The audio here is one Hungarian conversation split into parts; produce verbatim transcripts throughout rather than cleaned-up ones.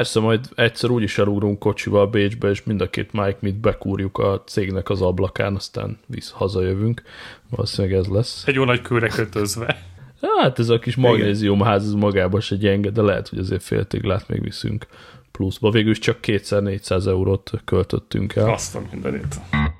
Persze, majd egyszer úgyis elugrunk kocsival Bécsbe, és mind a két mic mit bekúrjuk a cégnek az ablakán, aztán visz, hazajövünk. Valószínűleg ez lesz. Egy jó nagy kőre kötözve. Hát ez a kis magnéziumház az magában se gyenge, de lehet, hogy azért féltéglát még viszünk pluszba. Végül is csak kétszer-négyszáz eurót költöttünk el. Azt a mindenit.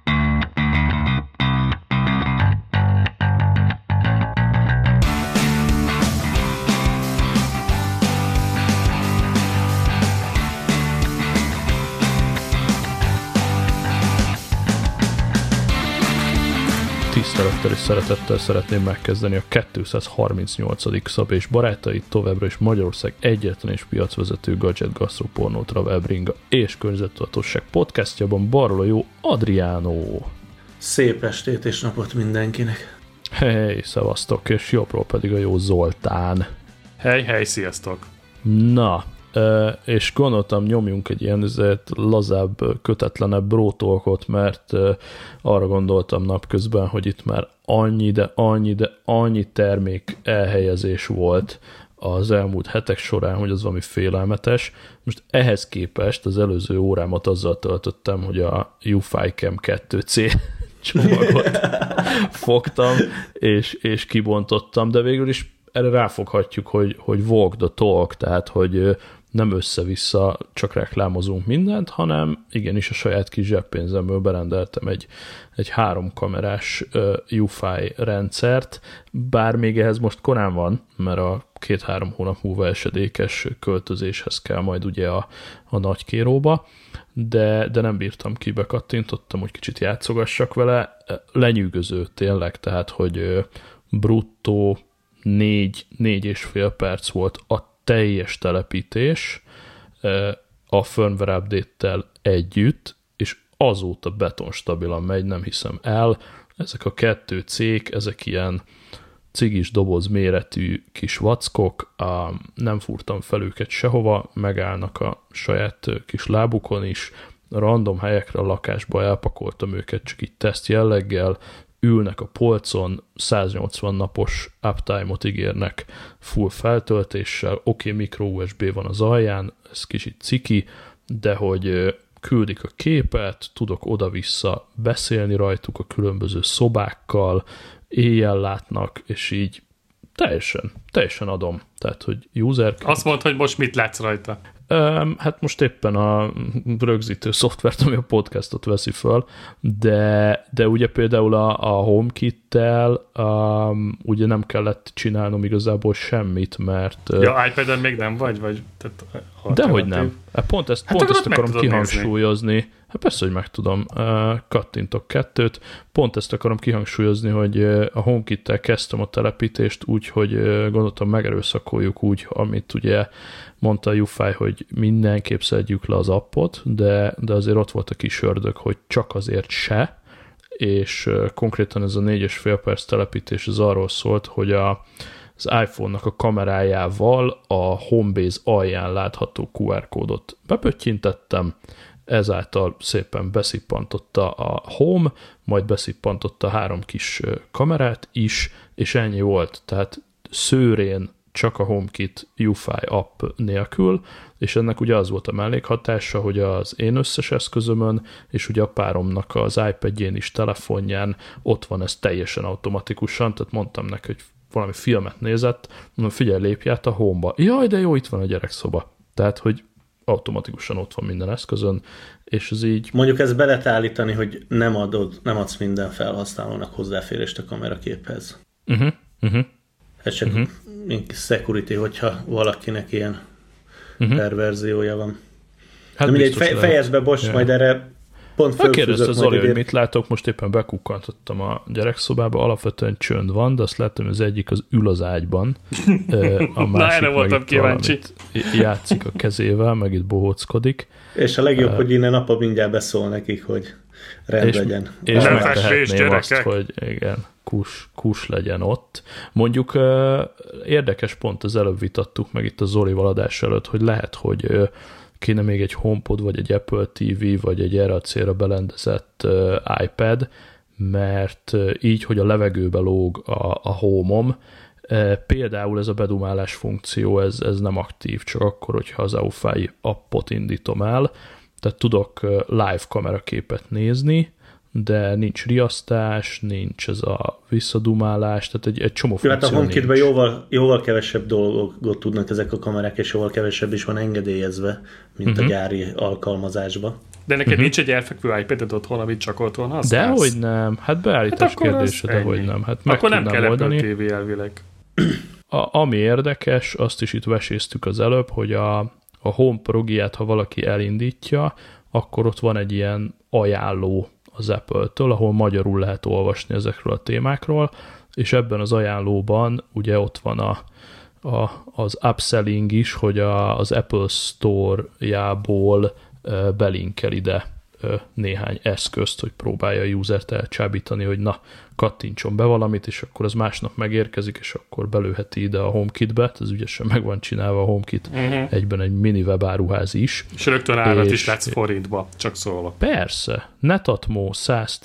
Tisztelettel és szeretettel szeretném megkezdeni a kétszázharmincnyolcadik Szabé és barátai, továbbra is Magyarország egyetlen és piacvezető gadget gasztropornótra Webringa és környezettudatosság podcastjában Barról jó Adriano. Szép estét és napot mindenkinek. Hey, szevasztok, és jobbról pedig a jó Zoltán. Hely, hely, sziasztok. Na, és gondoltam, nyomjunk egy ilyen ezért lazább, kötetlenebb brótolkot, mert arra gondoltam napközben, hogy itt már annyi, de annyi, de annyi termék elhelyezés volt az elmúlt hetek során, hogy az valami félelmetes. Most ehhez képest az előző órámat azzal töltöttem, hogy a u ef i Cam kettő cé csomagot fogtam, és, és kibontottam, de végül is erre ráfoghatjuk, hogy, hogy walk the talk, tehát hogy nem össze-vissza csak reklámozunk mindent, hanem igenis a saját kis zseppénzemből berendeltem egy, egy háromkamerás uh, u ef i rendszert, bár még ehhez most korán van, mert a két-három hónap múlva esedékes költözéshez kell majd ugye a, a nagykéróba, de, de nem bírtam ki, bekattintottam, hogy kicsit játszogassak vele. Lenyűgöző tényleg, tehát hogy uh, bruttó négy, négy és fél perc volt a teljes telepítés a firmware update-tel együtt, és azóta betonstabilan megy, nem hiszem el. Ezek a kettő cég, ezek ilyen cigis doboz méretű kis vackok, nem fúrtam fel őket sehova, megállnak a saját kis lábukon is, random helyekre a lakásba elpakoltam őket, csak így teszt jelleggel, ülnek a polcon, száznyolcvan napos uptime-ot ígérnek full feltöltéssel, oké, okay, micro u es bé van az alján, ez kicsit ciki, de hogy küldik a képet, tudok oda-vissza beszélni rajtuk a különböző szobákkal, éjjel látnak, és így teljesen, teljesen adom. Tehát, hogy user... Azt mondd, hogy most mit látsz rajta? Um, hát most éppen a rögzítő szoftvert, ami a podcastot veszi föl, de, de ugye például a, a HomeKit-tel um, ugye nem kellett csinálnom igazából semmit, mert... Ja, iPad-en még nem vagy? vagy tehát dehogy nem. Pont ezt, hát pont ezt akarom kihangsúlyozni. Nézni. Hát persze, hogy meg tudom. Kattintok kettőt. Pont ezt akarom kihangsúlyozni, hogy a HomeKit-tel kezdtem a telepítést úgy, hogy gondoltam megerőszakoljuk úgy, amit ugye mondta a u ef i, hogy mindenképp szedjük le az appot, de, de azért ott volt a kis ördög, hogy csak azért se, és konkrétan ez a négy és fél perc telepítés az arról szólt, hogy a, az iPhone-nak a kamerájával a Homebase alján látható kú er kódot bepöttyintettem, ezáltal szépen beszippantotta a Home, majd beszippantotta három kis kamerát is, és ennyi volt. Tehát szőrén csak a HomeKit u ef i app nélkül, és ennek ugye az volt a mellékhatása, hogy az én összes eszközömön, és ugye a páromnak az iPadjén is, telefonján ott van ez teljesen automatikusan, tehát mondtam neki, hogy valami filmet nézett, mondom, figyelj, lépj át a Home-ba. Jaj, de jó, itt van a gyerekszoba. Tehát, hogy automatikusan ott van minden eszközön, és ez így... Mondjuk ezt be lehet állítani, hogy nem adod, nem adsz minden felhasználónak hozzáférést a kameraképhez. Uh-huh, uh-huh. Ez csak uh-huh. security, hogyha valakinek ilyen uh-huh. perverziója van. Hát de mindegy, fej, fejezd be, bocs, ja. Majd erre pont fölfűzök majd Zoli, hogy mit látok, most éppen bekukkantottam a gyerekszobába, alapvetően csönd van, de azt láttam, hogy az egyik az ül az ágyban, a másik na, erre voltam kíváncsi. Játszik a kezével, meg itt bohóckodik. És a legjobb, uh, hogy innen apa mindjárt beszól nekik, hogy rend és, legyen. És megtehetném azt, hogy igen, kus, kus legyen ott. Mondjuk uh, érdekes pont, az előbb vitattuk meg itt a Zolival adás előtt, hogy lehet, hogy uh, kéne még egy HomePod, vagy egy Apple té vé, vagy egy erre a célra belendezett uh, iPad, mert uh, így, hogy a levegőbe lóg a, a Home-om, Például ez a bedumálás funkció, ez, ez nem aktív, csak akkor, hogyha az Eufy appot indítom el, tehát tudok live kameraképet nézni, de nincs riasztás, nincs ez a visszadumálás, tehát egy, egy csomó funkció nincs. Hát a HomeKit-ben jóval, jóval kevesebb dolgot tudnak ezek a kamerák, és jóval kevesebb is van engedélyezve, mint uh-huh. a gyári alkalmazásban. De neked uh-huh. nincs egy elfekvő iPad-ed otthon, amit csak otthon használsz? Dehogy nem, hát beállítás hát kérdése, dehogy nem. Hát meg akkor nem kell oldani. Apple té vé elvileg. A, ami érdekes, azt is itt veséztük az előbb, hogy a, a Home Progiát, ha valaki elindítja, akkor ott van egy ilyen ajánló az Apple-től, ahol magyarul lehet olvasni ezekről a témákról, és ebben az ajánlóban ugye ott van a, a, az upselling is, hogy a, az Apple Store-jából e, belinkel ide e, néhány eszközt, hogy próbálja a usert elcsábítani, hogy na, kattintson be valamit, és akkor az másnap megérkezik, és akkor belőheti ide a HomeKit-be, ez ügyesen meg van csinálva a HomeKit, uh-huh. egyben egy mini webáruház is. És rögtön árat is látsz forintba, csak szólva. Persze. Netatmo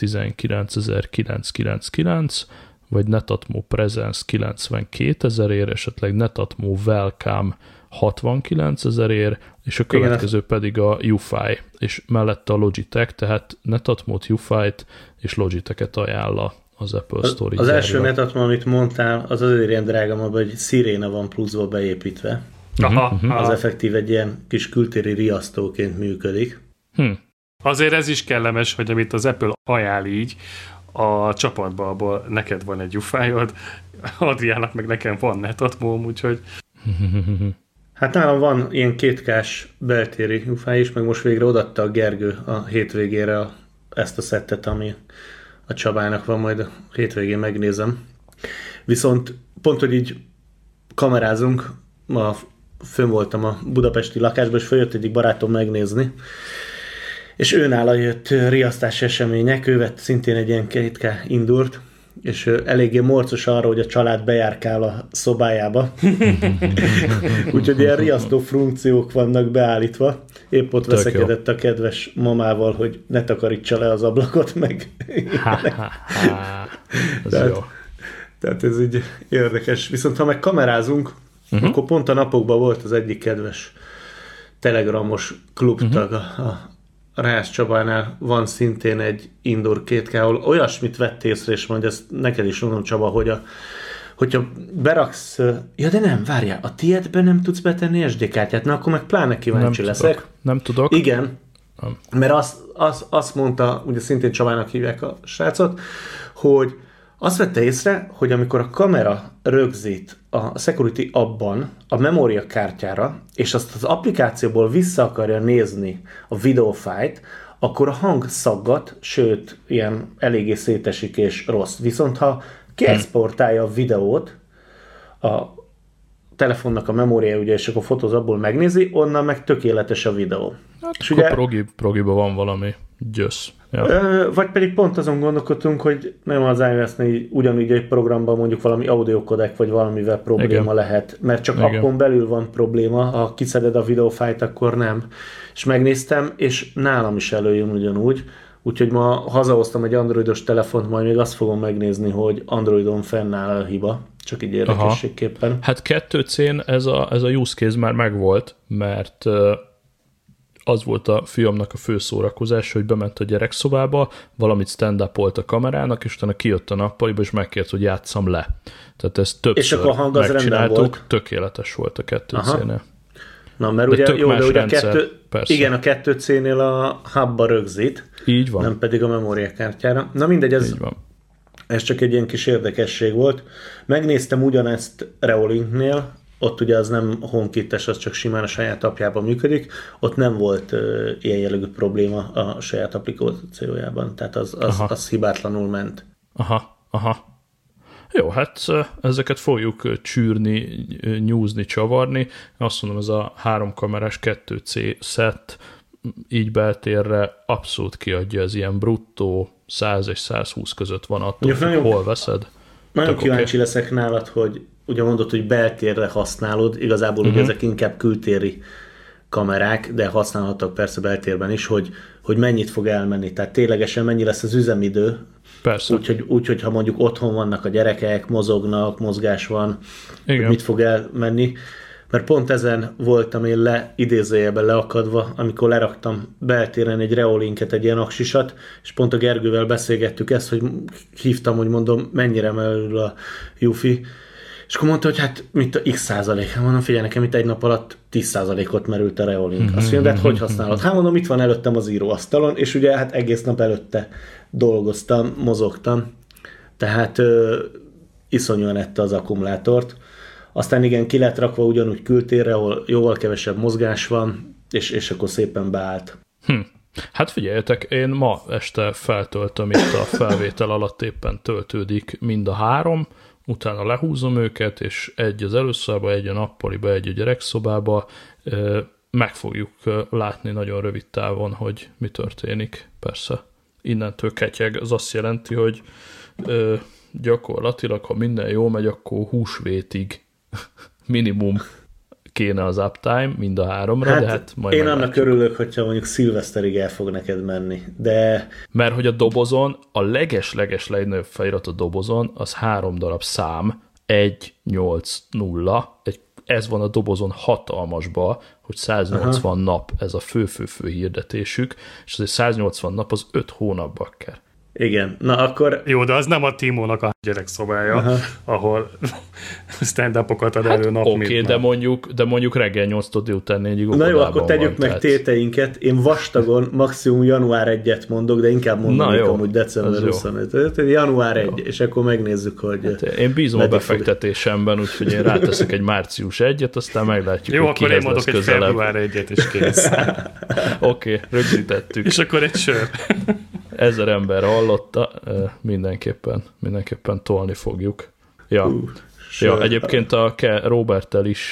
száztizenkilencezer-kilencszázkilencvenkilenc, vagy Netatmo Presence kilencvenkétezer-ért, esetleg Netatmo Welcome hatvankilencezerért, és a következő igen, pedig a Eufy, és mellette a Logitech, tehát Netatmot, Eufy-t és Logitech-et ajánl az Apple Store. Az, az első Netatmo, amit mondtál, az azért ilyen drága, hogy Sirena van pluszba beépítve. Aha, uh-huh. Az effektív egy ilyen kis kültéri riasztóként működik. Hm. Azért ez is kellemes, hogy amit az Apple ajánl így, a csapatban, abból neked van egy Eufy-od, Adriának meg nekem van Netatmom, úgyhogy... Hát nálam van ilyen kétkás beltéri Eufy is, meg most végre odaadta a Gergő a hétvégére a, ezt a szettet, ami a Csabának van, majd a hétvégén megnézem. Viszont pont, hogy így kamerázunk, ma fönn voltam a budapesti lakásban, és följött egyik barátom megnézni, és őnála jött riasztás események, ő vett szintén egy ilyen két ká indult, és eléggé morcos arra, hogy a család bejárkál a szobájába. Úgyhogy ilyen riasztó funkciók vannak beállítva. Épp ott veszekedett a kedves mamával, hogy ne takarítsa le az ablakot, meg... tehát, tehát ez így érdekes. Viszont ha meg kamerázunk, uh-huh. akkor pont a napokban volt az egyik kedves telegramos klubtag, uh-huh. a A Rász Csabánál van szintén egy indoor két ká, ahol olyasmit vett észre, és majd ezt neked is mondom, Csaba, hogy a, hogyha beraksz... Ja, de nem, várjál, a tiédben nem tudsz betenni es dé kártyát, na akkor meg pláne kíváncsi nem leszek. Tudok. Nem tudok. Igen, nem. Mert azt, azt, azt mondta, ugye szintén Csabának hívják a srácot, hogy azt vette észre, hogy amikor a kamera rögzít a Security appban a memóriakártyára, és azt az applikációból vissza akarja nézni a videófájt, akkor a hang szaggat, sőt, ilyen eléggé szétesik és rossz. Viszont ha kiexportálja a videót, a telefonnak a memória, ugye, és akkor fotóz abból megnézi, onnan meg tökéletes a videó. Hát és akkor ugye, progi, progiba van valami gyösz. Ja. Vagy pedig pont azon gondolkodtunk, hogy nem az iOS-nél ugyanúgy egy programban mondjuk valami audio codec vagy valamivel probléma igen. lehet, mert csak igen. appon belül van probléma, ha kiszeded a videófájt, akkor nem. És megnéztem, és nálam is előjön ugyanúgy, úgyhogy ma hazahoztam egy androidos telefont, majd még azt fogom megnézni, hogy Androidon fennáll a hiba, csak így érdekességképpen. Aha. Hát kettő cén ez a, ez a use case már megvolt, mert az volt a fiamnak a fő szórakozás, hogy bement a gyerekszobába, valamit stand-upolt a kamerának, és utána kijött a nappaliba, és megkért, hogy játsszam le. Tehát ez többször megcsináltuk, tökéletes volt a kettő cénél. Na, mert de ugye, jó, de ugye rendszer, a kettő, igen, a kettő cénél a hubba rögzít, így van. Nem pedig a memóriakártyára. Na mindegy, ez, ez csak egy ilyen kis érdekesség volt. Megnéztem ugyanezt Reolinknél, ott ugye az nem HomeKit-es, az csak simán a saját appjában működik, ott nem volt uh, ilyen jellegű probléma a saját applikációjában, tehát az, az, az hibátlanul ment. Aha, aha. Jó, hát ezeket fogjuk csűrni, nyúzni, csavarni. Azt mondom, ez a három kamerás kettő cé set így beltérre abszolút kiadja, ez ilyen bruttó száz és százhúsz között van attól, hogy hol veszed. Nagyon Tök kíváncsi okay. leszek nálad, hogy ugye mondod, hogy beltérre használod, igazából uh-huh. ugye ezek inkább kültéri kamerák, de használhatók persze beltérben is, hogy, hogy mennyit fog elmenni. Tehát ténylegesen mennyi lesz az üzemidő. Persze. Úgyhogy, úgy, hogy ha mondjuk otthon vannak a gyerekek, mozognak, mozgás van, hogy mit fog elmenni. Mert pont ezen voltam én le, idézőjelben leakadva, amikor leraktam beltéren egy Reolinket, egy ilyen aksisat, és pont a Gergővel beszélgettük ezt, hogy hívtam, hogy mondom, mennyire merül a Jufi, és akkor mondta, hogy hát mit a x százalék. Mondom, figyelj, nekem itt egy nap alatt tíz százalékot merült a Reolink. Azt mondja, de hát hogy használod? Hát mondom, itt van előttem az íróasztalon, és ugye hát egész nap előtte dolgoztam, mozogtam, tehát ö, iszonyúan ette az akkumulátort. Aztán igen, ki lett rakva ugyanúgy kültérre, ahol jóval kevesebb mozgás van, és, és akkor szépen beállt. Hm. Hát figyeljetek, én ma este feltöltöm itt a felvétel alatt, éppen töltődik mind a három, utána lehúzom őket, és egy az előszobába, egy a nappaliba, egy a gyerekszobába. Meg fogjuk látni nagyon rövid távon, hogy mi történik. Persze innentől ketyeg, az azt jelenti, hogy gyakorlatilag, ha minden jól megy, akkor húsvétig minimum kéne az uptime mind a háromra, hát de hát majd én annak örülök, hogyha mondjuk szilveszterig el fog neked menni, de... Mert hogy a dobozon, a leges-leges legnagyobb felirat a dobozon, az három darab szám, egy nyolc nulla, egy, ez van a dobozon hatalmasba, hogy száznyolcvan Aha. nap, ez a fő-fő-fő hirdetésük, és azért száznyolcvan nap az öt hónap bakker. Igen, na akkor... Jó, de az nem a Timónak a gyerekszobája, Aha. ahol stand-upokat ad elő hát nap oké, okay, de mondjuk, de mondjuk reggel nyolctól délután négyig Na jó, akkor tegyük van, meg tehát... téteinket. Én vastagon maximum január elsejét mondok, de inkább mondom, amúgy december huszonötödike. január elsejét, és akkor megnézzük, hogy... Hát én bízom a befektetésemben, úgyhogy én ráteszek egy március elsejét, aztán meglátjuk, jó, hogy akkor én mondok egy február elsejét, és kész. Oké, okay, rögzítettük. És akkor egy sör. Ezer ember hallotta, mindenképpen, mindenképpen tolni fogjuk. Ja, uh, ja egyébként a Roberttel is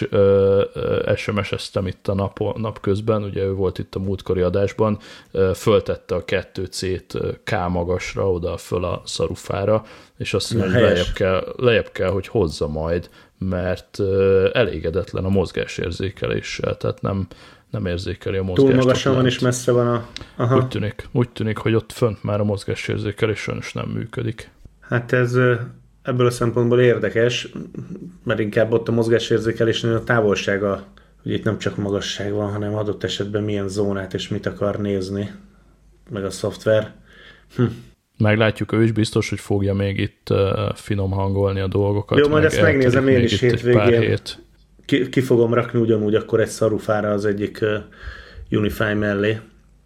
es em es-eztem itt a nap, napközben, ugye ő volt itt a múltkori adásban, föltette a kettő cét K magasra, oda föl a szarufára, és azt mondja, hogy lejjebb kell, lejjebb kell, hogy hozza majd, mert elégedetlen a mozgásérzékeléssel, tehát nem nem érzékeli a mozgást. Túl magasan van és messze van a... Aha. Úgy tűnik, úgy tűnik, hogy ott fönt már a mozgásérzékelés sajnos nem működik. Hát ez ebből a szempontból érdekes, mert inkább ott a mozgásérzékelésnél a távolsága, hogy itt nem csak magasság van, hanem adott esetben milyen zónát és mit akar nézni, meg a szoftver. Hm. Meglátjuk, ő is biztos, hogy fogja még itt uh, finom hangolni a dolgokat. Jó, majd ezt megnézem én is hétvégén. Hét. Ki, ki fogom rakni ugyanúgy akkor egy szarufára az egyik uh, Unify mellé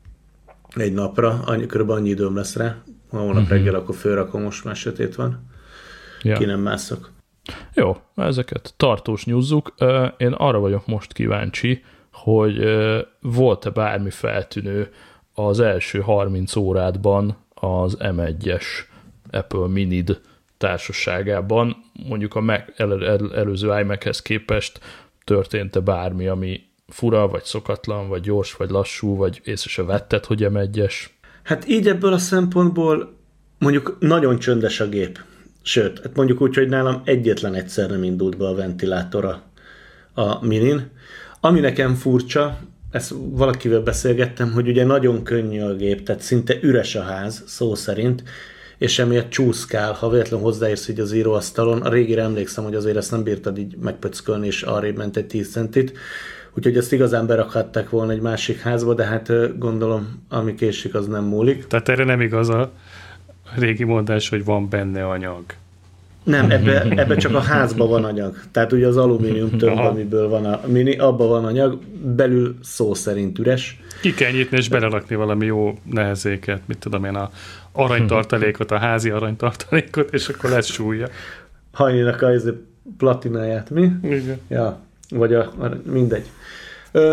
egy napra, annyi, körülbelül annyi időm lesz rá. Ha holnap uh-huh. reggel, akkor fölrakom, most már sötét van. Ja. Ki nem mászok. Jó, ezeket tartós nyúzzuk. Én arra vagyok most kíváncsi, hogy volt-e bármi feltűnő az első harminc órádban az em egyes Apple Minid társaságában, mondjuk a Mac, el, el, előző iMac-hez képest történt-e bármi, ami fura, vagy szokatlan, vagy gyors, vagy lassú, vagy észre se vetted, hogy em egyes? Hát így ebből a szempontból mondjuk nagyon csöndes a gép. Sőt, hát mondjuk úgy, hogy nálam egyetlen egyszer nem indult be a ventilátora a Minin. Ami nekem furcsa, ezt valakivel beszélgettem, hogy ugye nagyon könnyű a gép, tehát szinte üres a ház, szó szerint, és emiatt csúszkál, ha véletlenül hozzáérsz így az íróasztalon. A régire emlékszem, hogy azért ezt nem bírtad így megpöckölni, és arrébb ment egy tíz centit. Úgyhogy ezt igazán berakhatták volna egy másik házba, de hát gondolom, ami késik, az nem múlik. Tehát erre nem igaz a régi mondás, hogy van benne anyag. Nem, ebbe, ebbe csak a házban van anyag. Tehát ugye az alumínium tömb, amiből van a mini, abban van anyag, belül szó szerint üres. Ki kell nyitni és belerakni valami jó nehezéket, mit tudom én, a aranytartalékot, a házi aranytartalékot, és akkor lesz súlya. Hajninak a platináját, mi? Igen. Ja, vagy a, mindegy. Ö,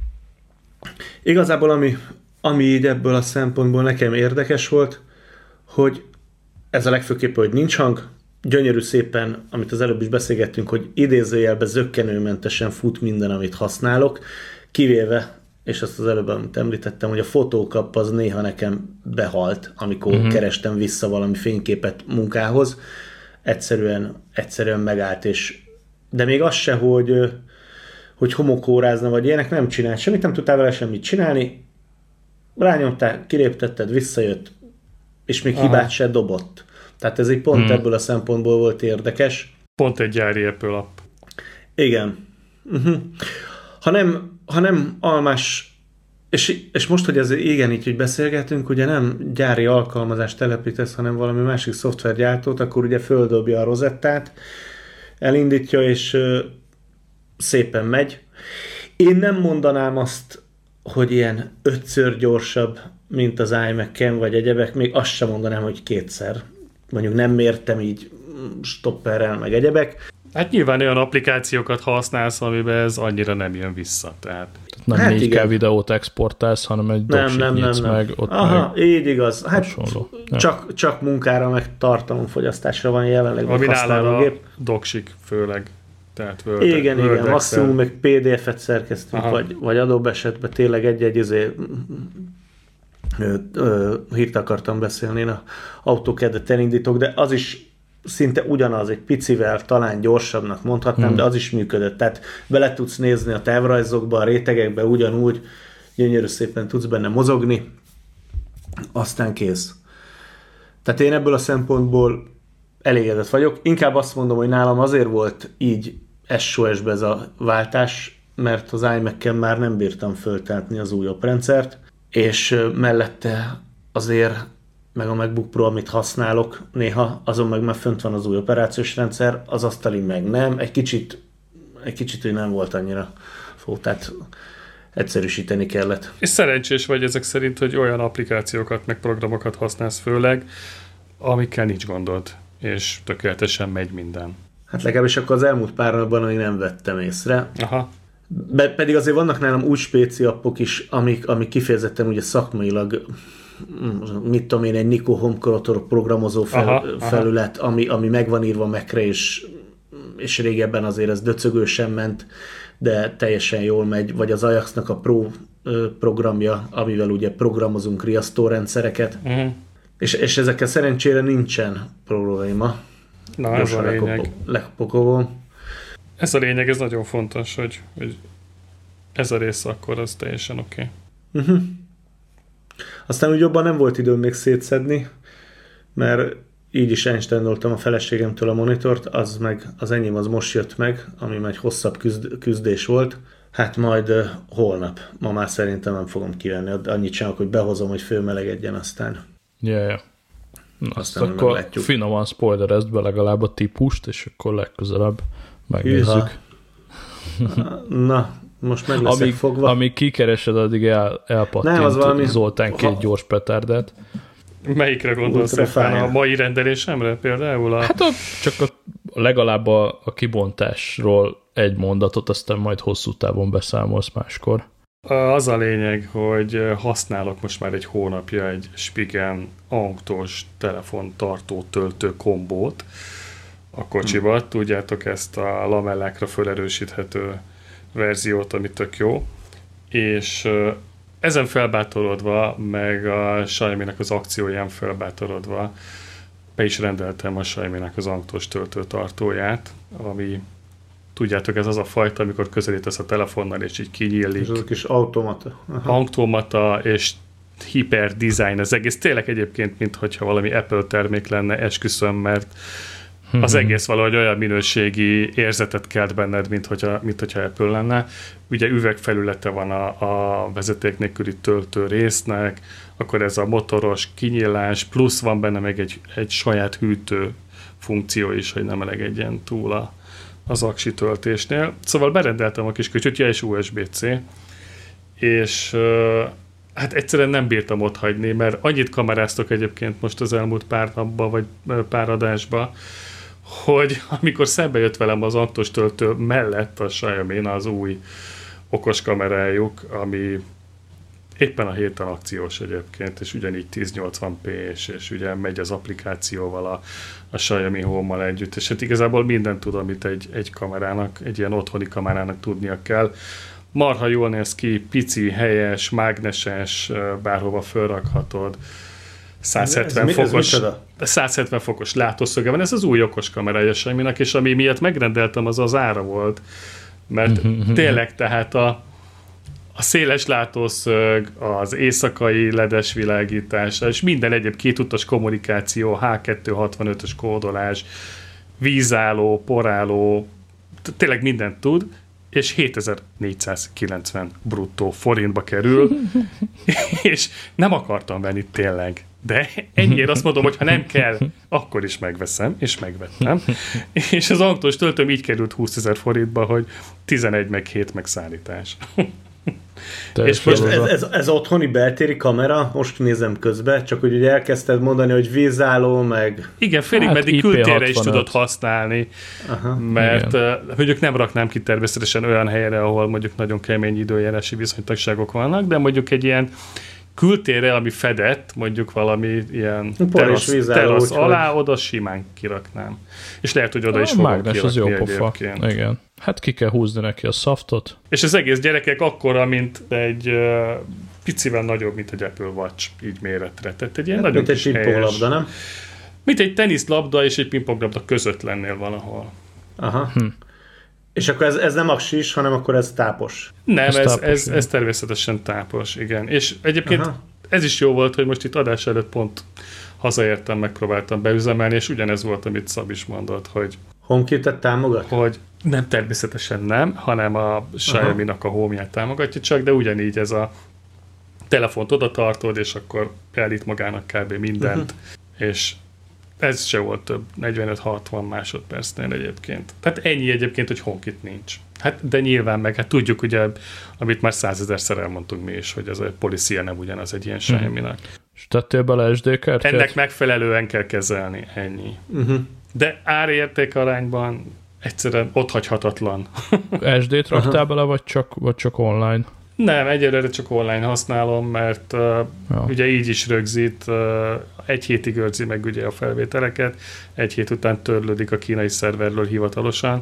igazából ami, ami így ebből a szempontból nekem érdekes volt, hogy ez a legfőképp, hogy nincs hang, gyönyörű szépen, amit az előbb is beszélgettünk, hogy idézőjelben zökkenőmentesen fut minden, amit használok, kivéve, és azt az előbb amit említettem, hogy a fotókap az néha nekem behalt, amikor uh-huh. kerestem vissza valami fényképet munkához, egyszerűen, egyszerűen megállt, és de még az se, hogy, hogy homokórázna, vagy ilyenek, nem csinált semmit, nem tudtál vele semmit csinálni, rányomtál, kiléptetted, visszajött, és még Aha. hibát se dobott. Tehát ez egy pont hmm. ebből a szempontból volt érdekes. Pont egy gyári Apple app. Igen. Uh-huh. Ha nem, ha nem almás, és, és most, hogy ez igen, így, hogy beszélgetünk, ugye nem gyári alkalmazást telepítesz, hanem valami másik szoftvergyártót, akkor ugye földobja a rozettát, elindítja, és ö, szépen megy. Én nem mondanám azt, hogy ilyen ötször gyorsabb, mint az iMac-en, vagy egyebek, még azt sem mondanám, hogy kétszer. Mondjuk nem mértem így stopperrel, meg egyebek. Hát nyilván olyan applikációkat használsz, amiben ez annyira nem jön vissza. Tehát nem hát négy ká videót exportálsz, hanem egy nem, doksit nem, nyitsz nem, meg. nem. Ott Aha, meg így igaz. Hát csak, ja. csak munkára, meg tartalomfogyasztásra van jelenleg. Ami nálad a doksik főleg. Tehát Word, igen, Word, igen. Maximum meg pé dé ef-et szerkeztünk, Aha. vagy, vagy adóbb esetben tényleg egy-egy izé, ö, ö, hírt akartam beszélni, én a AutoCAD-et elindítok, de az is szinte ugyanaz, egy picivel talán gyorsabbnak mondhatnám, hmm. de az is működött. Tehát bele tudsz nézni a távrajzokba, a rétegekbe ugyanúgy, gyönyörű szépen tudsz benne mozogni, aztán kész. Tehát én ebből a szempontból elégedett vagyok. Inkább azt mondom, hogy nálam azért volt így es o es-be ez a váltás, mert az iMac-en már nem bírtam föltátni az új oprendszert, és mellette azért meg a MacBook Pro, amit használok néha, azon meg már fönt van az új operációs rendszer, az asztali meg nem. Egy kicsit, egy kicsit, hogy nem volt annyira fó, tehát egyszerűsíteni kellett. És szerencsés vagy ezek szerint, hogy olyan applikációkat, meg programokat használsz főleg, amikkel nincs gondod, és tökéletesen megy minden. Hát legalábbis akkor az elmúlt pár napban még nem vettem észre. Aha. Be, pedig azért vannak nálam úgy spéci appok is, amik, amik kifejezetten ugye szakmailag, mit tudom én, egy Nico Home Creator programozó fel, aha, felület, aha. Ami, ami meg van írva Mac-re, és, és régebben azért ez döcögősen ment, de teljesen jól megy, vagy az Ajax-nak a Pro programja, amivel ugye programozunk riasztórendszereket, uh-huh. és, és ezekkel szerencsére nincsen probléma. Na, ez a lényeg. Lekopogolom. Ez a lényeg, ez nagyon fontos, hogy, hogy ez a rész akkor az teljesen oké. Okay. Uh-huh. Aztán úgy jobban nem volt időm még szétszedni, mert így is Einstein-oltam a feleségemtől a monitort, az meg az enyém az most jött meg, ami már egy hosszabb küzd, küzdés volt. Hát majd uh, holnap. Ma már szerintem nem fogom kivenni. Annyit csinálok, hogy behozom, hogy fölmelegedjen aztán. Ja, ja. Na, aztán azt akkor finoman spoilerezd be legalább a típust, és akkor legközelebb megnézzük. Na, most meg leszek amíg, fogva. Amíg kikeresed, addig el, elpattint valami... Zoltán két ha... gyors petárdet. Melyikre gondolsz szépen? A mai rendelésemre például? A... Hát a, csak a, legalább a, a kibontásról egy mondatot, aztán majd hosszú távon beszámolsz máskor. Az a lényeg, hogy használok most már egy hónapja egy Spigen autós telefontartó töltő kombót a kocsiba. Hmm. Tudjátok, ezt a lamellákra felerősíthető verziót, ami tök jó. És ezen felbátorodva, meg a Xiaomi-nek az akcióján felbátorodva be is rendeltem a Xiaomi-nek az autós töltőtartóját, ami tudjátok, ez az a fajta, amikor közelítesz a telefonnal, és így kinyílik. Ez az a kis automata. Aha. Automata, és hiper design. Ez egész tényleg egyébként, mintha valami Apple termék lenne, esküszöm, mert az egész valahogy olyan minőségi érzetet kelt benned, mint hogyha, mint hogyha Apple lenne. Ugye üvegfelülete van a, a vezeték nélküli töltő résznek, akkor ez a motoros kinyílás, plusz van benne meg egy, egy saját hűtő funkció is, hogy nem elegedjen túl a az aksi töltésnél. Szóval berendeltem a kis kicsit, ja, és u es bé cé, és uh, hát egyszerűen nem bírtam ott hagyni, mert annyit kameráztok egyébként most az elmúlt pár napban, vagy pár adásban, hogy amikor szembe jött velem az aktós töltő mellett a Xiaomi az új okos kamerájuk, ami éppen a héten akciós egyébként, és ugyanígy ezernyolcvan pé, és, és ugye megy az applikációval a, a Xiaomi Home-mal együtt, és hát igazából mindent tud, amit egy, egy kamerának, egy ilyen otthoni kamerának tudnia kell. Marha jól néz ki, pici, helyes, mágneses, bárhova fölrakhatod, száz hetven ez fokos, mi, száz hetven fokos látószöge van, ez az új okos kamerája Xiaomi-nak, és ami miatt megrendeltem, az az ára volt, Mert tényleg tehát a, a széles látószög, az éjszakai ledes világítás, és minden egyéb kétutas kommunikáció, há kettőszázhatvanötös kódolás, vízálló, porálló, tényleg mindent tud, és hétezer-négyszázkilencven bruttó forintba kerül, és nem akartam venni tényleg. De ennyiért azt mondom, hogy ha nem kell, akkor is megveszem, és megvettem. És az autós töltőm így került húszezer forintba, hogy tizenegy meg hét meg szállítás. És most ez, ez, ez otthoni beltéri kamera, most nézem közben, csak hogy ugye elkezdted mondani, hogy vízálló, meg... Igen, félig hát meddig kültérre is tudod használni, aha, mert uh, mondjuk nem raknám ki természetesen olyan helyre, ahol mondjuk nagyon kemény időjárási viszonytagságok vannak, de mondjuk egy ilyen kültérre, ami fedett, mondjuk valami ilyen terasz, terasz alá, oda simán kiraknám. És lehet, hogy oda is fogok kirakni az jó pofa. Igen. Hát ki kell húzni neki a szaftot. És az egész gyerekek akkora, mint egy uh, picivel nagyobb, mint egy Apple Watch, így méretre. Tehát egy ilyen hát, nagyon mint egy pingponglabda, nem? Mint egy teniszlabda és egy pingponglabda között lennél valahol. Aha. Hm. És akkor ez, ez nem aksis, hanem akkor ez tápos. Nem, ez, ez, tápos, ez, ez természetesen tápos, igen. És egyébként aha, ez is jó volt, hogy most itt adás előtt pont hazaértem, megpróbáltam beüzemelni, és ugyanez volt, amit Szab is mondott, hogy HomeKit-et támogat? Hogy nem, természetesen nem, hanem a Xiaomi-nak a Home-ját támogatja csak, de ugyanígy ez a telefont oda tartod, és akkor beállít magának kb. Mindent, uh-huh, és ez se volt több, negyvenöt-hatvan másodpercnél egyébként. Tehát ennyi egyébként, hogy HomeKit nincs. Hát, de nyilván meg, hát tudjuk ugye, amit már százezerszer elmondtunk mi is, hogy ez a policia nem ugyanaz egy ilyen Xiaomi-nak. És tettél bele es dé kártyát? Ennek megfelelően kell kezelni, ennyi. Uh-huh. De árérték arányban egyszerűen otthagyhatatlan. es dét raktál uh-huh, bele, vagy csak, vagy csak online? Nem, egyelőre csak online használom, mert uh, ja, ugye így is rögzít, uh, egy hétig őrzi meg ugye a felvételeket, egy hét után törlődik a kínai szerverről hivatalosan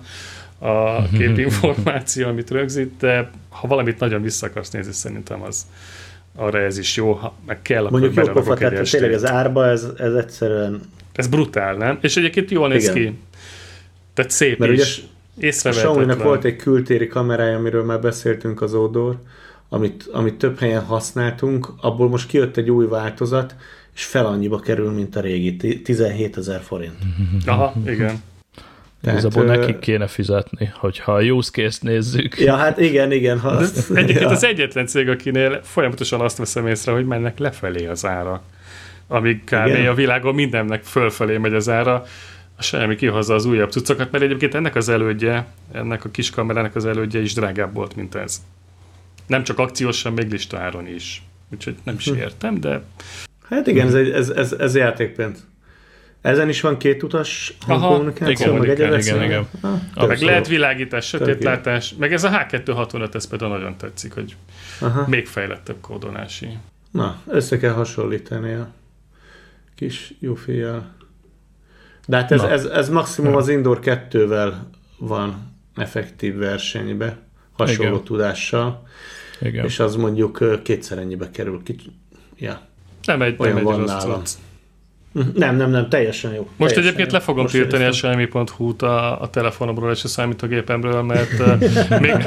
a képinformáció, amit rögzít, de ha valamit nagyon vissza akarsz nézni, szerintem az arra ez is jó, ha meg kell, akkor mondjuk jó pofa, tehát tényleg az árba ez, ez egyszerűen... Ez brutál, nem? És egyébként jól néz igen, ki. Tehát szép mert is. A Xiaomi-nak volt egy kültéri kamerája, amiről már beszéltünk, az Odor, amit, amit több helyen használtunk, abból most kijött egy új változat, és fel annyiba kerül, mint a régi, tizenhétezer forint. Aha, igen. Igazából ö... nekik kéne fizetni, hogyha a use case-t nézzük. Ja, hát igen, igen. Ha azt... Egyébként ja, az egyetlen cég, akinél folyamatosan azt veszem észre, hogy mennek lefelé az ára. Amíg kb. A világon mindennek fölfelé megy az ára, a Xiaomi kihozza az újabb cuccokat, mert egyébként ennek az elődje, ennek a kis kamerának az elődje is drágább volt, mint ez. Nem csak akciósan, még listaáron is. Úgyhogy nem is értem, de... Hát igen, ez, ez, ez, ez játékpénz. Ezen is van két utas kommunikáció, meg egy igen, igen, igen. Ah, meg lehet világítás, sötétlátás, meg ez a há kettőszázhatvanöt, ez például nagyon tetszik, hogy aha, még fejlettebb kódolási. Na, össze kell hasonlítani a kis Eufy-jel. De hát ez, ez, ez maximum az Indoor kettővel van effektív versenybe, hasonló igen, tudással, igen, és az mondjuk kétszer ennyibe kerül ki. Ja. Nem egy, olyan nem egy rossz tudsz. Nem, nem, nem, teljesen jó. Most teljesen egyébként jó, le fogom tiltani a Xiaomi pont hu-t a, a telefonomról és a számítógépemről, mert uh, még,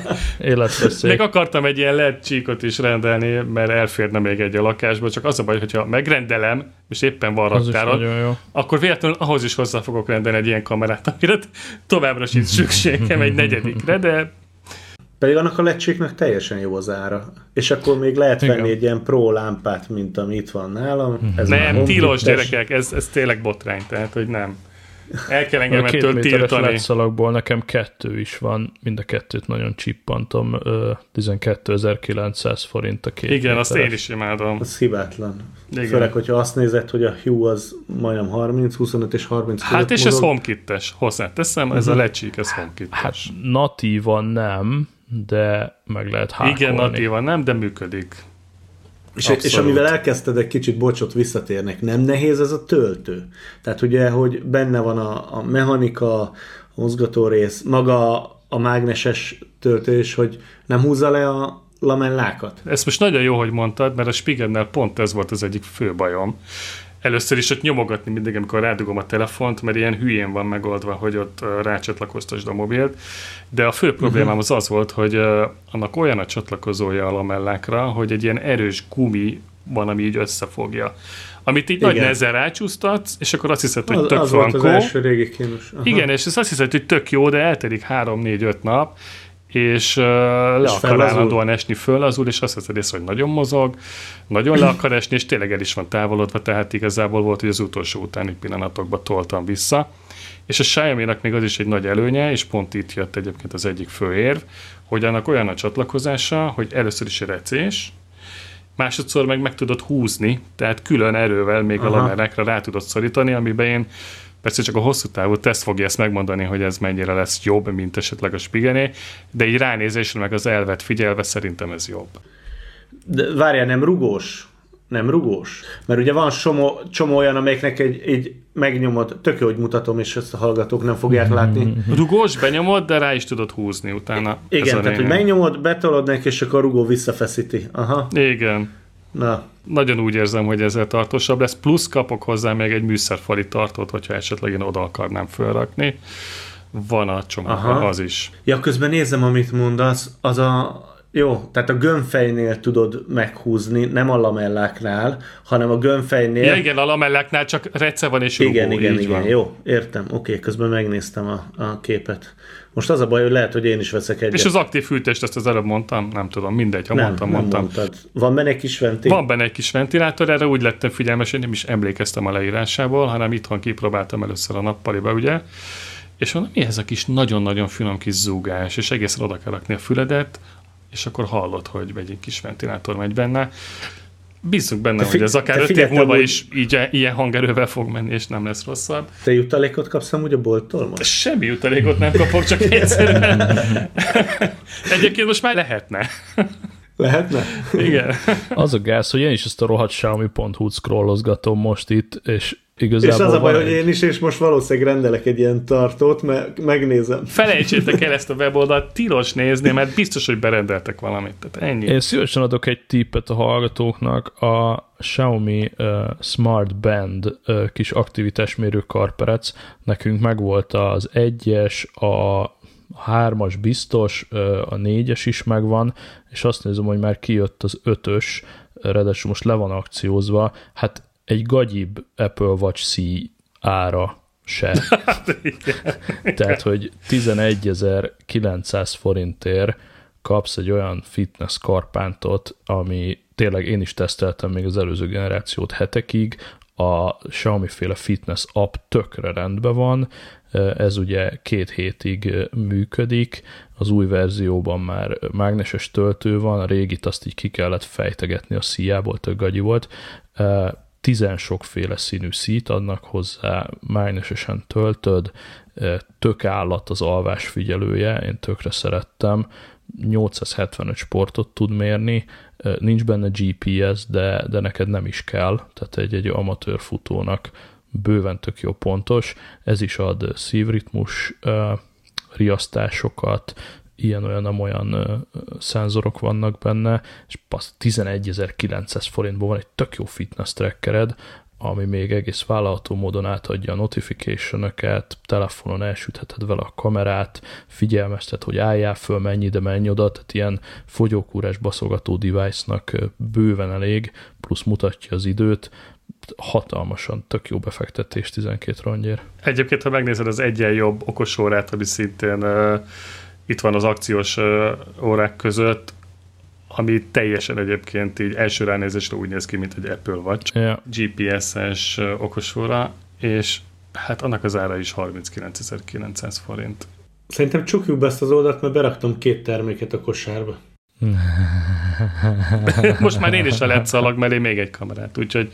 még akartam egy ilyen el é dé csíkot is rendelni, mert elférne még egy a lakásba, csak az a baj, hogyha megrendelem, és éppen van raktáron, akkor véletlenül ahhoz is hozzá fogok rendelni egy ilyen kamerát, amire továbbra sincs szükségem egy negyedikre, de pedig annak a lecséknek teljesen jó az ára. És akkor még lehet venni igen, egy ilyen pro lámpát, mint ami itt van nálam. Ez nem, tilos gyerekek, ez, ez tényleg botrány, tehát hogy nem. El kell engem ettől tiltani. Két szalagból nekem kettő is van, mind a kettőt nagyon csippantom, tizenkétezer-kilencszáz forint a két. Igen, méteres. Azt én is imádom. Az hibátlan. Igen. Főleg, hogyha azt nézed, hogy a Hue az majdnem harminc, huszonöt és harminc hát és mozog. Ez HomeKit-es, hozzáteszem, uh-huh, ez a lecsík, ez HomeKit-es. Hát natívan nem, de meg lehet hákolni. Igen, natívan nem, de működik. És, és amivel elkezdted egy kicsit, bocsot, visszatérnek, nem nehéz ez a töltő? Tehát ugye, hogy benne van a, a mechanika, a mozgatórész, maga a mágneses töltés, hogy nem húzza le a lamellákat? Ez most nagyon jó, hogy mondtad, mert a Spiegelnél pont ez volt az egyik fő bajom. először is ott nyomogatni mindig, amikor rádugom a telefont, mert ilyen hülyén van megoldva, hogy ott rácsatlakoztasd a mobilt, de a fő problémám az az volt, hogy annak olyan a csatlakozója a lamellákra, hogy egy ilyen erős gumi van, ami így összefogja. Amit így igen. nagy nehezen rácsúsztatsz, és akkor azt hiszed, hogy az, tök az frankó. Az volt az első régi kínus. Aha. Igen, és azt hiszed, hogy tök jó, de eltelik három, négy, öt nap, és uh, le és akar állandóan esni föl azul, és azt hiszed észre, hogy nagyon mozog, nagyon le akar esni, és tényleg el is van távolodva, tehát igazából volt, hogy az utolsó utáni pillanatokban toltam vissza. És a Xiaomi-nak még az is egy nagy előnye, és pont itt jött egyébként az egyik főérv, hogy annak olyan a csatlakozása, hogy először is recés, másodszor meg meg tudod húzni, tehát külön erővel még aha. a lamellákra rá tudod szorítani, amiben én persze csak a hosszú távú teszt fogja ezt megmondani, hogy ez mennyire lesz jobb, mint esetleg a Spigené, de így ránézésre meg az elvet figyelve szerintem ez jobb. De várjál, nem rugós? Nem rugós? Mert ugye van csomó, csomó olyan, amelyeknek egy, egy megnyomod, tök jó, hogy mutatom, és ezt a hallgatók nem fogják látni. Rugós, benyomod, de rá is tudod húzni utána. Igen, tehát hogy megnyomod, betolod neki, és akkor a rugó visszafeszíti. Aha. Igen. Na. Nagyon úgy érzem, hogy ezzel tartósabb lesz, plusz kapok hozzá még egy műszerfali tartót, hogyha esetleg én oda akarnám felrakni. Van a csomagban az is. Ja, közben nézem, amit mondasz, az a jó, tehát a gömbfejnél tudod meghúzni, nem a lamelláknál, hanem a gömbfejnél... Ja, igen, a lamelláknál csak rece van és rugó. Igen, igen, igen, van. Jó, értem. Oké, közben megnéztem a, a képet. Most az a baj, hogy lehet, hogy én is veszek egyet. És az aktív fűtést, ezt az előbb mondtam, nem tudom, mindegy, ha nem, mondtam, nem mondtam. Mondtad. Van benne egy kis ventilátor? Van benne egy kis ventilátor, erre úgy lettem figyelmes, hogy nem is emlékeztem a leírásából, hanem itthon kipróbáltam először a nappaliba, ugye? És mondom, mi ez a kis nagyon-nagyon finom kis zúgás, és egészen oda kell rakni a füledet, és akkor hallod, hogy egy kis ventilátor megy benne. Bízzunk benne, te hogy ez akár öt év múlva is így, ilyen hangerővel fog menni, és nem lesz rosszabb. Te jutalékot kapsz amúgy a bolttól most? Semmi jutalékot nem kapok, csak egyszerűen. Egyébként most már lehetne. Lehetne? Igen. Az a gáz, hogy én is ezt a rohadt Xiaomi pont hu-t scrollozgatom most itt, és igazából és az a baj, egy... hogy én is, és most valószínűleg rendelek egy ilyen tartót, mert megnézem. Felejtsétek el ezt a weboldalt, tilos nézni, mert biztos, hogy berendeltek valamit. Tehát ennyi. Én szívesen adok egy tippet a hallgatóknak, a Xiaomi uh, Smart Band uh, kis aktivitásmérő karperec, nekünk megvolt az egyes, a hármas biztos, uh, a négyes is megvan, és azt nézem, hogy már kijött az ötös, ráadásul most le van akciózva, hát egy gagyibb Apple Watch C ára se. Tehát, hogy tizenegyezer-kilencszáz forintért kapsz egy olyan fitness karpántot, ami tényleg én is teszteltem még az előző generációt hetekig, a Xiaomi-féle fitness app tökre rendben van, ez ugye két hétig működik, az új verzióban már mágneses töltő van, a régit azt így ki kellett fejtegetni a szíjából, tök gagyi volt, tizen sokféle színű szít adnak hozzá, mágnesesen töltöd, tök állat az alvás figyelője, én tökre szerettem, nyolcszázhetvenöt sportot tud mérni, nincs benne gé pé es, de, de neked nem is kell, tehát egy, egy amatőr futónak bőven tök jó pontos, ez is ad szívritmus riasztásokat, ilyen-olyan-olyan uh, szenzorok vannak benne, és passz tizenegyezer-kilencszáz forintból van egy tök jó fitness trackered, ami még egész vállalható módon átadja a notification-öket, telefonon elsütheted vele a kamerát, figyelmeztet, hogy álljál föl, menj ide, menj oda, tehát ilyen fogyókúrás baszogató device-nak bőven elég, plusz mutatja az időt, hatalmasan tök jó befektetés tizenkét rongyér. Egyébként, ha megnézed az egyen jobb okosórát, ami szintén uh, itt van az akciós uh, órák között, ami teljesen egyébként így első ránézésre úgy néz ki, mint egy Apple Watch, yeah. gé pé es-es uh, okosóra, és hát annak az ára is harminckilencezer-kilencszáz forint. Szerintem csukjuk be ezt az oldalt, mert beraktam két terméket a kosárba. Most már én is a led szalag mellé még egy kamerát, úgyhogy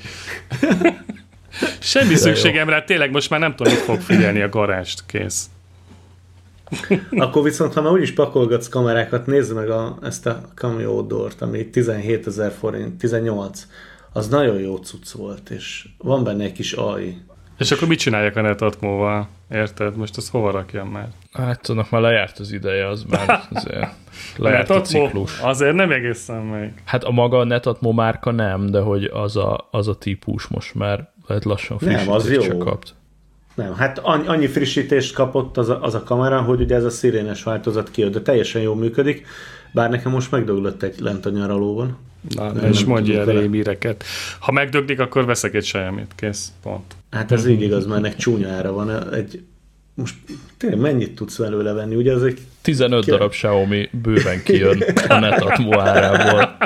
semmi szükségem rá, tényleg most már nem tudom, mit fog figyelni a garást, kész. Akkor viszont, ha már úgyis pakolgatsz kamerákat, nézd meg a, ezt a Cameo Odort, ami tizenhétezer forint, tizennyolc. Az nagyon jó cucc volt, és van benne egy kis á i. És akkor mit csináljak a Netatmo-val? Érted? Most azt hova rakjam már? Hát annak már lejárt az ideje, az már azért lejárt a ciklus. Azért nem egészen meg. Hát a maga a Netatmo márka nem, de hogy az a, az a típus most már Lehet lassan Nem, az frissítést jó. csak kapt. Nem, hát annyi frissítést kapott az a, az a kamera, hogy ugye ez a szirénes változat kijött, de teljesen jól működik, bár nekem most megdöglött egy lent a nyaralóban. Na, nem, és mondj el rémíreket. Ha megdöglik, akkor veszek egy sejemét, kész, pont. Hát ez így igaz, mert ennek csúnya ára van. Egy, most tényleg mennyit tudsz belőle venni? Ugye ez egy... tizenöt darab Xiaomi bőven kijön a Netatmo árából.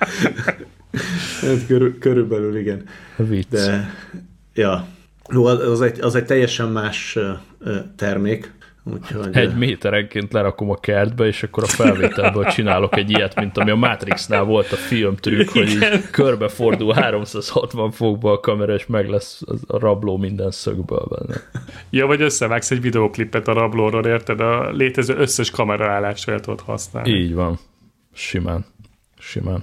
Hát körül, körülbelül igen. Vicc. De, ja. Jó, az egy, az egy teljesen más termék. Úgyhogy, egy méterenként lerakom a kertbe, és akkor a felvételből csinálok egy ilyet, mint ami a Matrixnál volt a filmtrükk, hogy így körbefordul háromszázhatvan fokba a kamera, és meg lesz a rabló minden szögből benne. Ja, vagy összevágsz egy videóklipet a rablóról, érted? A létező összes kameraállást fel tudod használni. Így van. Simán. Simán.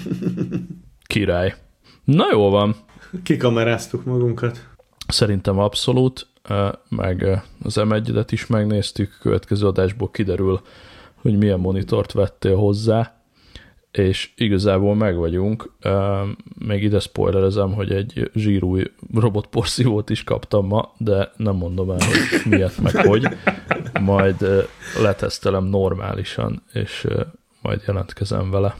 Király. Na jó van. Kikameráztuk magunkat. Szerintem abszolút, meg az em egyedet is megnéztük, következő adásból kiderül, hogy milyen monitort vettél hozzá, és igazából meg vagyunk. Még ide spoilerezem, hogy egy zsírúj robotporszívót is kaptam ma, de nem mondom el, hogy miért, meg hogy. Majd letesztelem normálisan, és majd jelentkezem vele.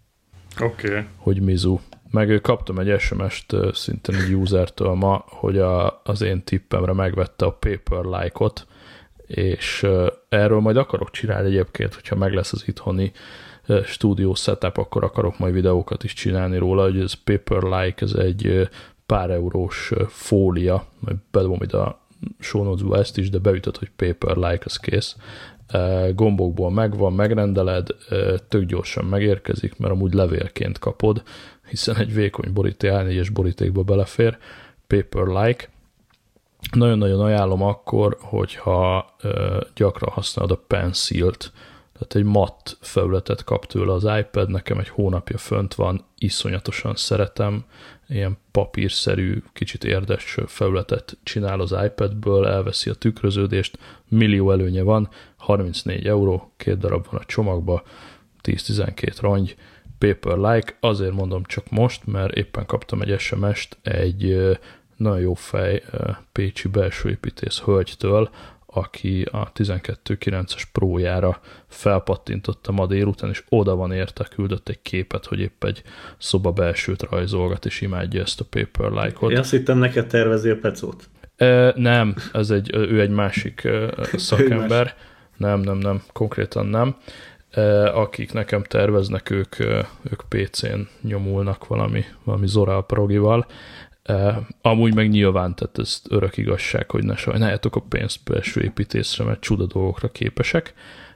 Oké. Okay. Hogy mizu. Meg kaptam egy es em est szintén egy usertől ma, hogy a, az én tippemre megvette a Paperlike-ot, és erről majd akarok csinálni egyébként, hogyha meg lesz az itthoni stúdió setup, akkor akarok majd videókat is csinálni róla, hogy ez Paperlike, ez egy pár eurós fólia, majd bedobom ide a show notes-ba ezt is, de beütött, hogy Paperlike, az kész. Gombokból megvan, megrendeled, tök gyorsan megérkezik, mert amúgy levélként kapod, hiszen egy vékony boríték, á négyes borítékba belefér, Paperlike. Nagyon-nagyon ajánlom akkor, hogyha ö, gyakran használod a Pencilt, tehát egy matt felületet kap tőle az iPad, nekem egy hónapja fönt van, iszonyatosan szeretem, ilyen papírszerű, kicsit érdes felületet csinál az iPadből, elveszi a tükröződést, millió előnye van, harmincnégy euró, két darab van a csomagba, tíz-tizenkét rongy, Paperlike, azért mondom csak most, mert éppen kaptam egy es em est egy nagyon jó fej pécsi belsőépítész hölgytől, aki a tizenkettő kilences prójára felpattintotta ma délután, és oda van érte, küldött egy képet, hogy épp egy szoba belsőt rajzolgat, és imádja ezt a Paperlike-ot. Én azt hittem, neked tervezi a pecót. E, nem, ez egy, ő egy másik szakember. Nem, nem, nem, konkrétan nem. Akik nekem terveznek, ők, ők pé cén nyomulnak valami, valami Zoral progival. Amúgy meg nyilván, tehát ez örök igazság, hogy ne sajnáljátok a pénzt belső építészre, mert csuda dolgokra képesek,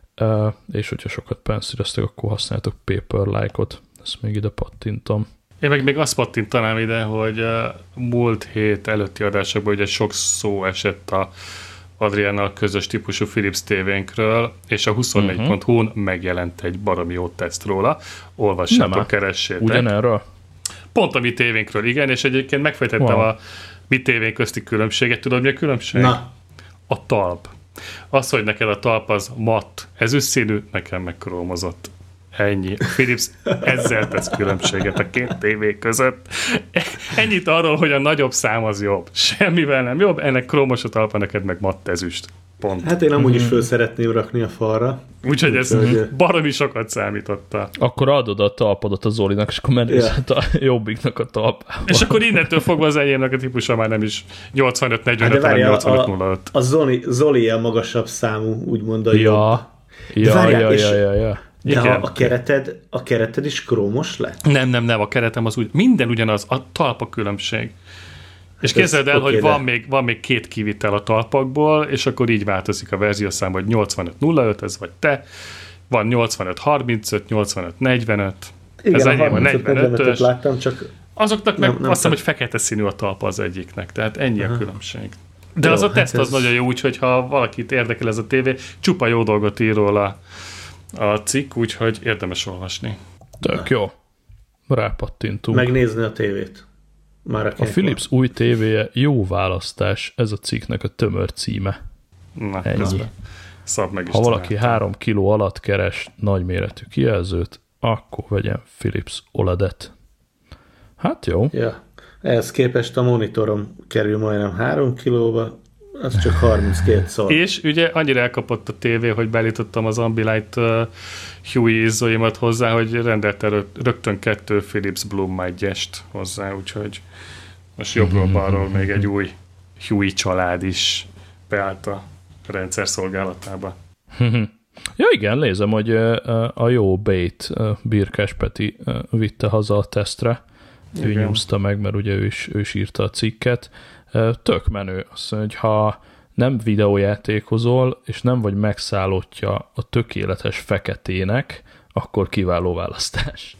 és hogyha sokat pénzíreztek, akkor használjátok Paperlike-ot. Ezt még ide pattintom. Én meg még azt pattintanám ide, hogy múlt hét előtti adásokban ugye sok szó esett a Adriánnal közös típusú Philips tévénkről, és a huszonnégy pont hu-n megjelent egy baromi jó teszt róla. Olvassátok, keressétek. Ugyanerről? Pont a mi tévénkről, igen, és egyébként megfejtettem wow. a mi tévénk közti különbséget. Tudod, mi a különbség? Na. A talp. Az, hogy neked a talp az matt, ezüstszínű, nekem meg krómozott. Ennyi. A Philips ezzel tesz különbséget a két tévé között. Ennyit arról, hogy a nagyobb szám az jobb. Semmivel nem jobb, ennek krómos a talpa, neked meg matt ezüst. Pont. Hát én amúgy is föl szeretném rakni a falra. Úgyhogy ez úgy, baromi sokat számította. Akkor adod a talpadat a Zolinak, és akkor mennézhet ja. a jobbiknak a talpával. És akkor innentől fogva az enyémnek a típusa már nem is nyolcvanöt negyvenöt, hanem nyolcvanöt nulla öt. A, a Zoli, Zoli a magasabb számú, úgymond a ja. jobb. Ja, ja, ja, ja, ja, ja. De ha a kereted, a kereted is krómos lett? Nem, nem, nem, a keretem az úgy, minden ugyanaz, a talpa különbség. És képzeld el, okay, hogy van még, van még két kivitel a talpakból, és akkor így változik a verziószám, hogy nyolcvanöt nulla öt, ez vagy te, van nyolcvanöt harmincöt, nyolcvanöt negyvenöt, igen, ez a enyém a negyvenötös. Láttam, csak azoknak meg nem, nem azt hiszem, hogy fekete színű a talpa az egyiknek, tehát ennyi aha. a különbség. De jó, az a teszt hát az ez... nagyon jó, úgyhogy ha valakit érdekel ez a tévé, csupa jó dolgot ír róla a cikk, úgyhogy érdemes olvasni. Tök jó. Rápattintunk. Megnézni a tévét. Már a, a Philips új tévéje jó választás, ez a cikknek a tömör címe. Na, ennyi. Szab meg is ha valaki találtam. három kiló alatt keres nagyméretű kijelzőt, akkor vegyen Philips o el é dé-et. Hát jó. Ja. Ehhez képest a monitorom kerül majdnem három kilóba, az csak harminckét szor. És ugye annyira elkapott a tévé, hogy beállítottam az Ambilight uh, Huey izzóimat hozzá, hogy rendelte rög- rögtön kettő Philips Blue egyest hozzá, úgyhogy most jobbról-balról még egy új Huey család is beállt a rendszer szolgálatába. Ja igen, nézem, hogy a jó Bait Birkás Peti vitte haza a tesztre. Igen. Ő nyúzta meg, mert ugye ő is, ő is írta a cikket. Tök menő. Azt mondja, hogy ha nem videójátékozol, és nem vagy megszállottja a tökéletes feketének, akkor kiváló választás.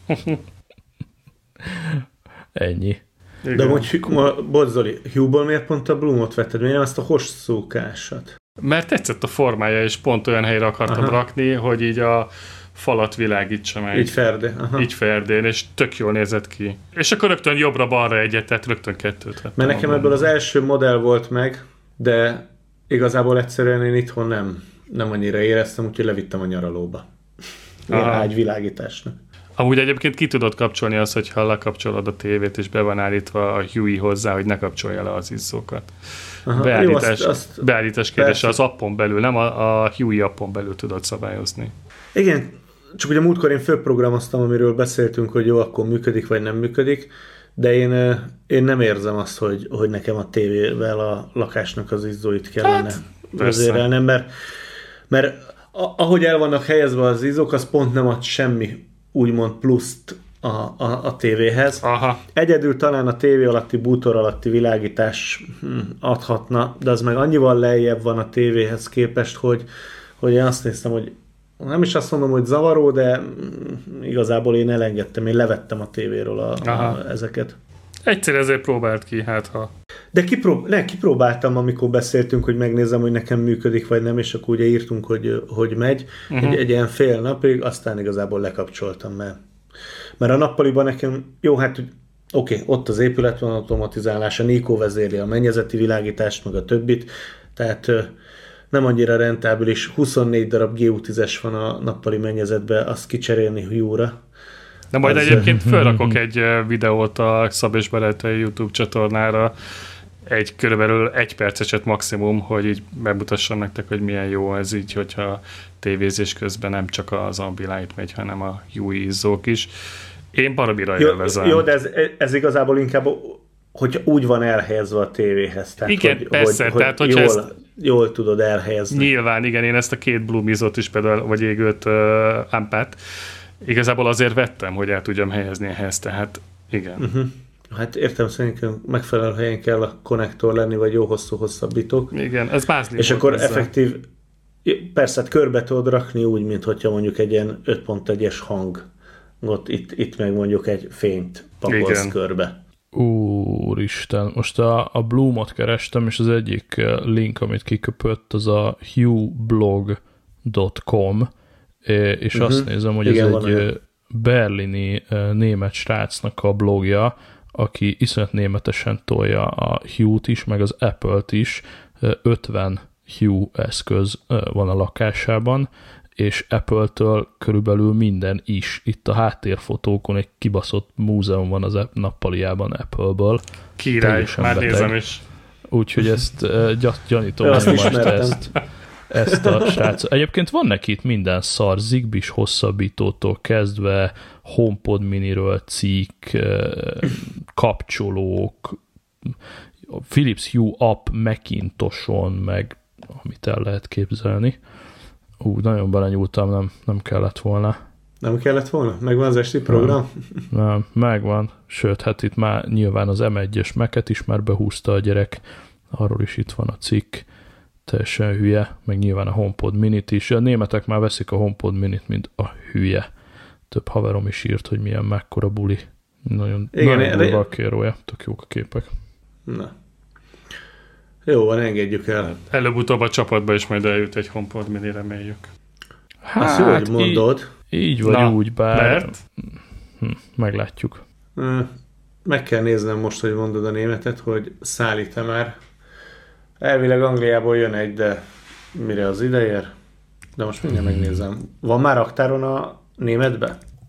Ennyi. Igen. De hogy, Bodzoli, Hue-ból miért pont a Bloom-ot vetted? Miért nem azt a hosszúkásat? Mert tetszett a formája, és pont olyan helyre akartam aha. rakni, hogy így a falat világítsa meg. Így ferdé. Aha. Így ferdén, és tök jól nézett ki. És akkor rögtön jobbra-balra egyet, tehát rögtön kettőt vettem. Mert nekem ebből az első modell volt meg, de igazából egyszerűen én itthon nem, nem annyira éreztem, úgyhogy levittem a nyaralóba. Ilyen ágyvilágításnak. Amúgy egyébként ki tudod kapcsolni azt, hogyha lekapcsolod a tévét, és be van állítva a Huey hozzá, hogy ne kapcsolja le az izzókat. Aha, beállítás, jó, azt, azt beállítás kérdése az appon belül, nem a, a Huey appon belül tudod szabályozni. Igen, csak ugye múltkor én fölprogramoztam, amiről beszéltünk, hogy jó, akkor működik, vagy nem működik, de én, én nem érzem azt, hogy, hogy nekem a tévével a lakásnak az izzóit kellene hát, vezérelnem, mert, mert ahogy el vannak helyezve az izzók, az pont nem ad semmi úgymond pluszt a, a, a tévéhez. Aha. Egyedül talán a tévé alatti, bútor alatti világítás hm, adhatna, de az meg annyival lejjebb van a tévéhez képest, hogy, hogy én azt néztem, hogy nem is azt mondom, hogy zavaró, de igazából én elengedtem, én levettem a tévéről a, a, ezeket. Egyszer ezért próbált ki, hát ha... De kiprób- ne, kipróbáltam, amikor beszéltünk, hogy megnézem, hogy nekem működik, vagy nem, és akkor ugye írtunk, hogy, hogy megy. Uh-huh. Egy, egy ilyen fél napig, aztán igazából lekapcsoltam, mert, mert a nappaliban nekem, jó, hát oké, okay, ott az épület van, automatizálás, a Nikó vezéli a mennyezeti világítást, meg a többit, tehát nem annyira rentábilis, huszonnégy darab G U tízes van a nappali mennyezetben, azt kicserélni Hue-ra. De majd az egyébként felrakok egy videót a Szabés Beletai YouTube csatornára, egy körülbelül egy perceset maximum, hogy így bemutassam nektek, hogy milyen jó ez így, hogyha tévézés közben nem csak az Ambilight megy, hanem a Huey izzók is. Én baromira élvezem. Jó, de ez, ez igazából inkább, hogy úgy van elhelyezve a tévéhez. Tehát, igen, hogy, persze. Hogy, tehát, hogy jól, ezt, jól tudod elhelyezni. Nyilván, igen, én ezt a két Bloom izzót is például, vagy égőt uh, ampát, igazából azért vettem, hogy el tudjam helyezni ehhez, tehát igen. Uh-huh. Hát értem, szerintem megfelelő helyen kell a konnektor lenni, vagy jó hosszú hosszabbítók. Igen, ez mázli. És akkor ezzel. Effektív, persze hát körbe tudod rakni úgy, mint hogyha mondjuk egy ilyen öt pont egyes hangot, itt, itt meg mondjuk egy fényt pakolsz körbe. Úristen, most a, a Bloom-ot kerestem, és az egyik link, amit kiköpött, az a hueblog dot com, és uh-huh. azt nézem, hogy igen, ez egy olyan berlini német srácnak a blogja, aki iszonyat németesen tolja a Hue-t is, meg az Apple-t is. ötven Hue eszköz van a lakásában, és Apple-től körülbelül minden is. Itt a háttérfotókon egy kibaszott múzeum van az nappaliában Apple-ből. Király, már beteg. Nézem is. Úgyhogy ezt gyanítom, hogy most ezt... ezt a srácot. Egyébként van neki itt minden szar, Zigbee-s hosszabbítótól kezdve, HomePod miniről cikk, kapcsolók, Philips Hue app Macintoson, meg amit el lehet képzelni. Ú, nagyon belenyúltam, nem, nem kellett volna. Nem kellett volna? Megvan az esti program? Nem, nem, megvan. Sőt, hát itt már nyilván az em egyes Mac-et is már behúzta a gyerek. Arról is itt van a cikk. Teljesen hülye, meg nyilván a HomePod Minit is. A németek már veszik a HomePod Minit, mint a hülye. Több haverom is írt, hogy milyen mekkora buli. Nagyon, igen, nagyon durva a kérója. Tök jók a képek. Na. Jó, van, engedjük el. Előbb-utóbb a csapatba is majd eljut egy HomePod Mini, reméljük. Hát, azt jó, hogy mondod. Így, így vagy Na, úgy, bár... Mert? Hm, meglátjuk. Meg kell néznem most, hogy mondod a németet, hogy szállít-e már. Elvileg Angliából jön egy, de mire az ideér? De most mindjárt megnézem. Van már raktáron a németbe? Hát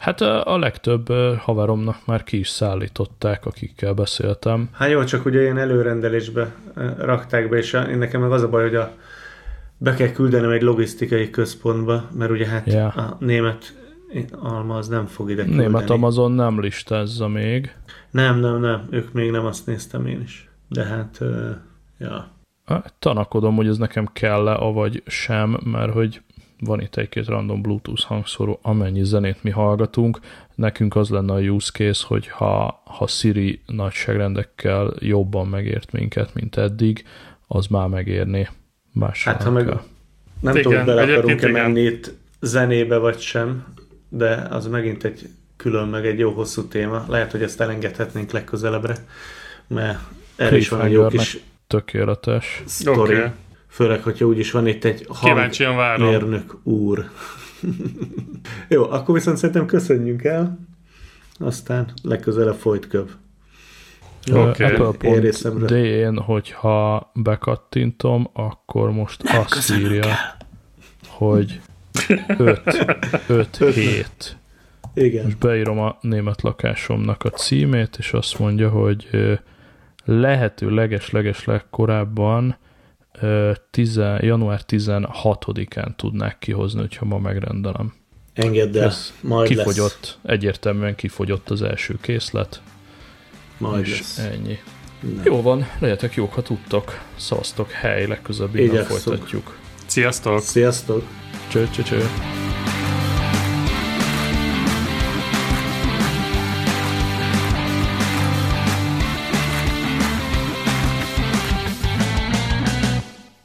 Hát a, a legtöbb haveromnak már ki is szállították, akikkel beszéltem. Hát jó, csak ugye ilyen előrendelésbe rakták be, és én nekem meg az a baj, hogy a, be kell küldenem egy logisztikai központba, mert ugye hát yeah. a német alma az nem fog ide küldeni. Német Amazon nem listázza még. Nem, nem, nem, ők még nem, azt néztem én is. De hát, uh, ja. Tanakodom, hogy ez nekem kell-e, avagy sem, mert hogy van itt egy-két random Bluetooth hangszóró, amennyi zenét mi hallgatunk. Nekünk az lenne a use case, hogy ha, ha Siri nagyságrendekkel jobban megért minket, mint eddig, az már megérné. Más hát ha meg nem igen, tudom, bele akarunk-e menni itt zenébe vagy sem, de az megint egy külön, meg egy jó hosszú téma. Lehet, hogy ezt elengedhetnénk legközelebbre, mert erre is van egy jó kis tökéletes sztori. Okay. Főleg, hogyha úgyis van itt egy hangmérnök úr. Jó, akkor viszont szerintem köszönjünk el, aztán legközelebb folyt köv. Okay. Apple.de-n, hogyha bekattintom, akkor most nem azt írja, kell. Hogy öt hét. Igen. Most beírom a német lakásomnak a címét, és azt mondja, hogy lehető leges-leges legkorábban január tizenhatodikán tudnák kihozni, hogyha ma megrendelem. Engedd el, ez majd kifogyott, lesz. Egyértelműen kifogyott az első készlet. Majd és lesz. Ennyi. Nem. Jó van, legyetek jók, ha tudtok. Szavaztok, hely, legközelebb innen folytatjuk. Sziasztok! Sziasztok! Cső, cső, cső.